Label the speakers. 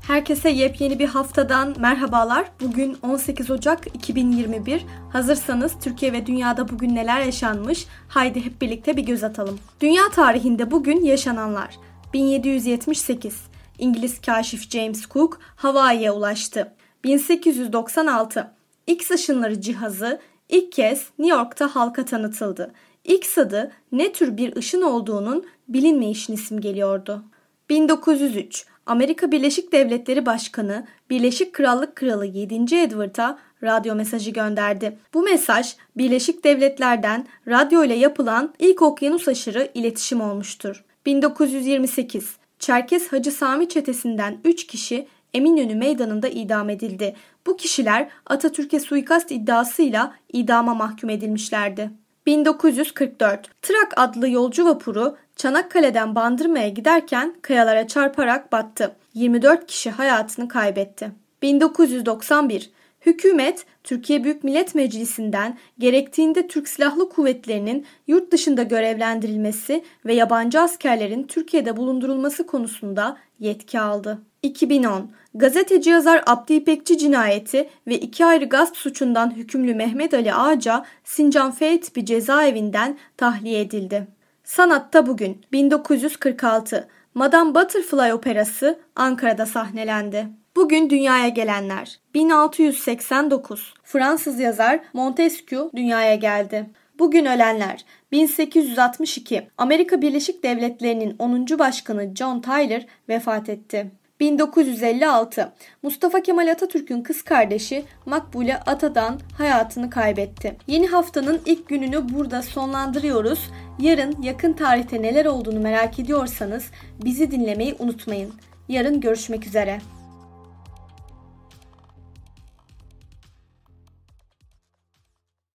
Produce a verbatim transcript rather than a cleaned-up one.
Speaker 1: Herkese yepyeni bir haftadan merhabalar. Bugün on sekiz Ocak iki bin yirmi bir. Hazırsanız Türkiye ve dünyada bugün neler yaşanmış? Haydi hep birlikte bir göz atalım. Dünya tarihinde bugün yaşananlar. bin yedi yüz yetmiş sekiz. İngiliz kaşif James Cook Hawaii'ye ulaştı. bin sekiz yüz doksan altı. X ışınları cihazı ilk kez New York'ta halka tanıtıldı. X adı ne tür bir ışın olduğunun bilinmeyişini simgeliyordu. bin dokuz yüz üç. Amerika Birleşik Devletleri Başkanı Birleşik Krallık Kralı yedinci Edward'a radyo mesajı gönderdi. Bu mesaj Birleşik Devletler'den radyo ile yapılan ilk okyanus aşırı iletişim olmuştur. bin dokuz yüz yirmi sekiz. Çerkes Hacı Sami çetesinden üç kişi Eminönü Meydanı'nda idam edildi. Bu kişiler Atatürk'e suikast iddiasıyla idama mahkum edilmişlerdi. bin dokuz yüz kırk dört. Trak adlı yolcu vapuru Çanakkale'den Bandırma'ya giderken kayalara çarparak battı. yirmi dört kişi hayatını kaybetti. bin dokuz yüz doksan bir. Hükümet, Türkiye Büyük Millet Meclisi'nden gerektiğinde Türk Silahlı Kuvvetleri'nin yurt dışında görevlendirilmesi ve yabancı askerlerin Türkiye'de bulundurulması konusunda yetki aldı. iki bin on. Gazeteci yazar Abdi İpekçi cinayeti ve iki ayrı gasp suçundan hükümlü Mehmet Ali Ağca, Sincan F tipi cezaevinden tahliye edildi. Sanatta bugün bin dokuz yüz kırk altı. Madame Butterfly operası Ankara'da sahnelendi. Bugün dünyaya gelenler. bin altı yüz seksen dokuz. Fransız yazar Montesquieu dünyaya geldi. Bugün ölenler. bin sekiz yüz altmış iki. Amerika Birleşik Devletleri'nin onuncu Başkanı John Tyler vefat etti. bin dokuz yüz elli altı. Mustafa Kemal Atatürk'ün kız kardeşi Makbule Atadan hayatını kaybetti. Yeni haftanın ilk gününü burada sonlandırıyoruz. Yarın yakın tarihte neler olduğunu merak ediyorsanız bizi dinlemeyi unutmayın. Yarın görüşmek üzere.